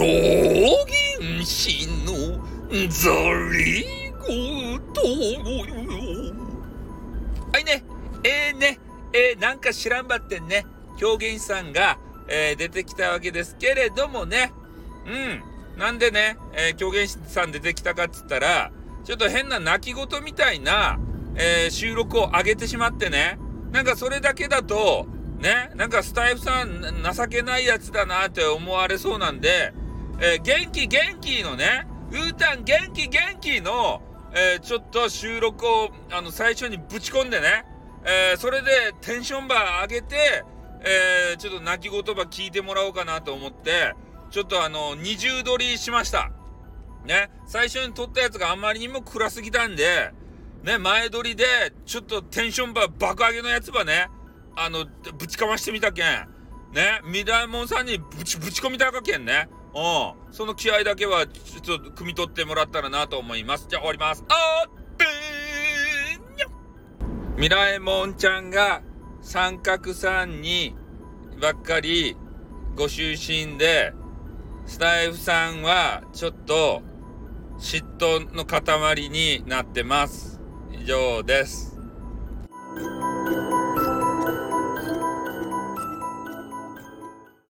狂言師のざり言よ。はいね、なんか知らんばってんね、狂言師さんが、出てきたわけですけれどもね。なんでね、狂言師さん出てきたかっつったら、ちょっと変な泣き言みたいな、収録を上げてしまってね。なんかそれだけだと、ね、なんかスタイフさん情けないやつだなって思われそうなんで、元気のね、うーたん元気の、ちょっと収録を最初にぶち込んでね、それでテンションバー上げて、ちょっと泣き言葉聞いてもらおうかなと思って、ちょっと二重撮りしました。ね、最初に撮ったやつがあまりにも暗すぎたんで、ね、前撮りでちょっとテンションバー爆上げのやつばね、ぶちかましてみたけん。ね、ミラーモンさんにぶち込みたかけんね。その気合だけはちょっと汲み取ってもらったらなと思います。じゃあ終わります。オープンよ。ミラーモンちゃんが三角さんにばっかりご就寝で、スタイフさんはちょっと嫉妬の塊になってます。以上です。